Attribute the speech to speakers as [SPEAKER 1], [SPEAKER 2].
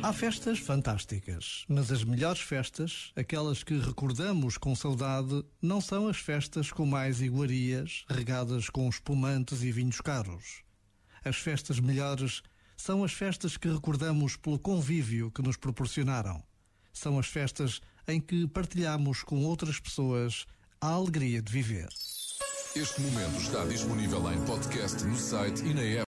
[SPEAKER 1] Há festas fantásticas, mas as melhores festas, aquelas que recordamos com saudade, não são as festas com mais iguarias, regadas com espumantes e vinhos caros. As festas melhores são as festas que recordamos pelo convívio que nos proporcionaram. São as festas em que partilhamos com outras pessoas a alegria de viver.
[SPEAKER 2] Este momento está disponível em podcast no site e na app.